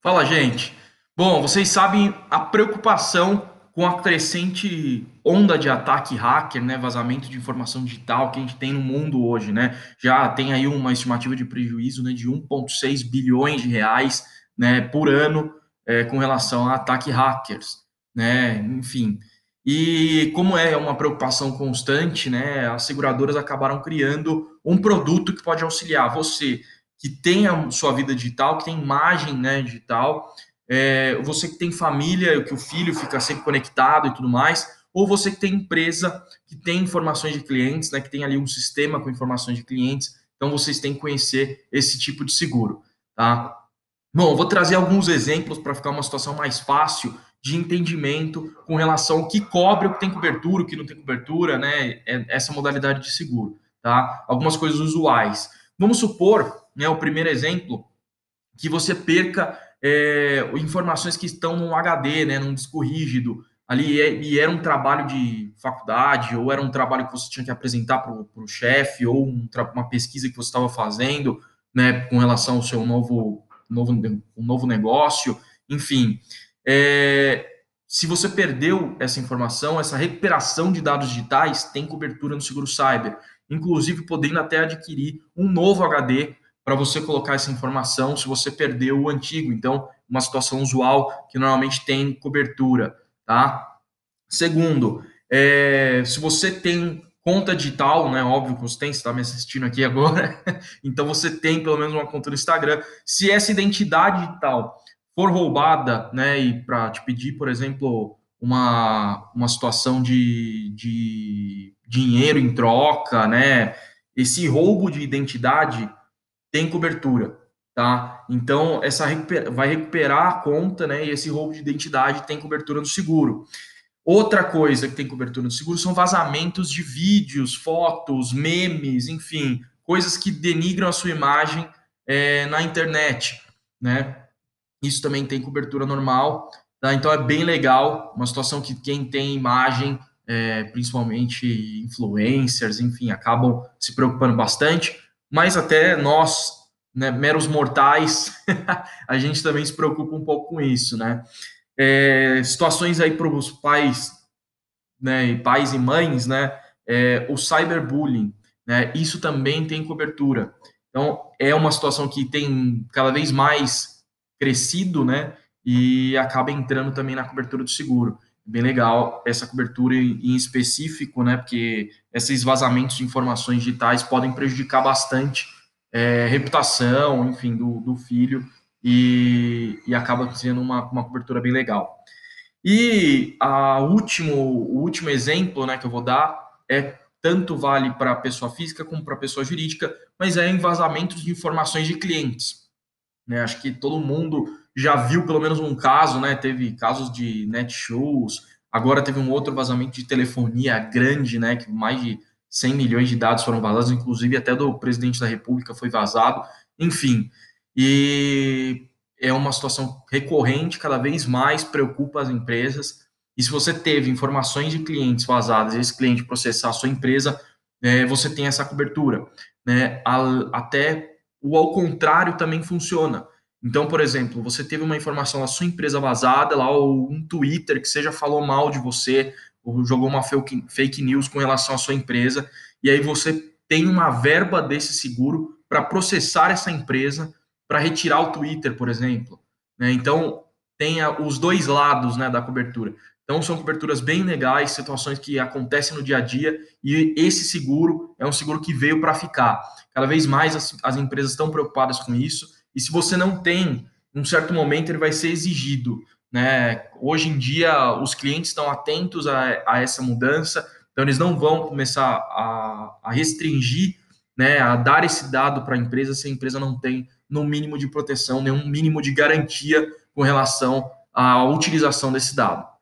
Fala, gente. Bom, vocês sabem a preocupação com a crescente onda de ataque hacker, né, vazamento de informação digital que a gente tem no mundo hoje, né? Já tem aí uma estimativa de prejuízo, né, de 1,6 bilhões de reais, né, por ano, com relação a ataque hackers, né? Enfim. E como é uma preocupação constante, né, as seguradoras acabaram criando um produto que pode auxiliar você que tem a sua vida digital, que tem imagem, né, digital, você que tem família, que o filho fica sempre conectado e tudo mais, ou você que tem empresa, que tem informações de clientes, né, que tem ali um sistema com informações de clientes, então vocês têm que conhecer esse tipo de seguro, tá? Bom, eu vou trazer alguns exemplos para ficar uma situação mais fácil de entendimento com relação ao que cobre, o que tem cobertura, o que não tem cobertura, né? Essa modalidade de seguro, tá? Algumas coisas usuais. Vamos supor, né, o primeiro exemplo, que você perca informações que estão num HD, né, num disco rígido, ali, e era um trabalho de faculdade, ou era um trabalho que você tinha que apresentar para o chefe, ou uma pesquisa que você estava fazendo, né, com relação ao seu um novo negócio, enfim. É, Se você perdeu essa informação, essa recuperação de dados digitais tem cobertura no seguro cyber, inclusive podendo até adquirir um novo HD para você colocar essa informação se você perdeu o antigo. Então, uma situação usual que normalmente tem cobertura, tá? Segundo, se você tem conta digital, né? Óbvio que você tem, você está me assistindo aqui agora, então você tem pelo menos uma conta no Instagram. Se essa identidade digital for roubada, né? E para te pedir, por exemplo, uma situação de dinheiro em troca, né? Esse roubo de identidade tem cobertura, tá? Então, vai recuperar a conta, né? E esse roubo de identidade tem cobertura no seguro. Outra coisa que tem cobertura no seguro são vazamentos de vídeos, fotos, memes, enfim, coisas que denigram a sua imagem na internet, né? Isso também tem cobertura normal, tá? Então é bem legal, uma situação que quem tem imagem, principalmente influencers, enfim, acabam se preocupando bastante, mas até nós, né, meros mortais, a gente também se preocupa um pouco com isso, né? Situações aí para os pais, né, e pais e mães, né, o cyberbullying, né, isso também tem cobertura. Então, é uma situação que tem cada vez mais crescido, né, e acaba entrando também na cobertura do seguro. Bem legal essa cobertura em específico, né, porque esses vazamentos de informações digitais podem prejudicar bastante reputação, enfim, do filho, e acaba sendo uma cobertura bem legal. E o último exemplo, né, que eu vou dar tanto vale para pessoa física como para pessoa jurídica, mas é em vazamentos de informações de clientes, né? Acho que todo mundo já viu pelo menos um caso, né? Teve casos de Netshoes, agora teve um outro vazamento de telefonia grande, né? Que mais de 100 milhões de dados foram vazados, inclusive até do presidente da República foi vazado. Enfim, e é uma situação recorrente, cada vez mais preocupa as empresas. E se você teve informações de clientes vazadas, e esse cliente processar a sua empresa, você tem essa cobertura, né? Até o ao contrário também funciona. Então, por exemplo, você teve uma informação da sua empresa vazada, lá, ou um Twitter que seja falou mal de você, ou jogou uma fake news com relação à sua empresa, e aí você tem uma verba desse seguro para processar essa empresa, para retirar o Twitter, por exemplo, né? Então, tem os dois lados, né, da cobertura. Então, são coberturas bem legais, situações que acontecem no dia a dia, e esse seguro é um seguro que veio para ficar. Cada vez mais as empresas estão preocupadas com isso, e se você não tem, em um certo momento ele vai ser exigido, né? Hoje em dia, os clientes estão atentos a essa mudança, então eles não vão começar a restringir, né, a dar esse dado para a empresa se a empresa não tem no mínimo de proteção, nenhum mínimo de garantia com relação à utilização desse dado.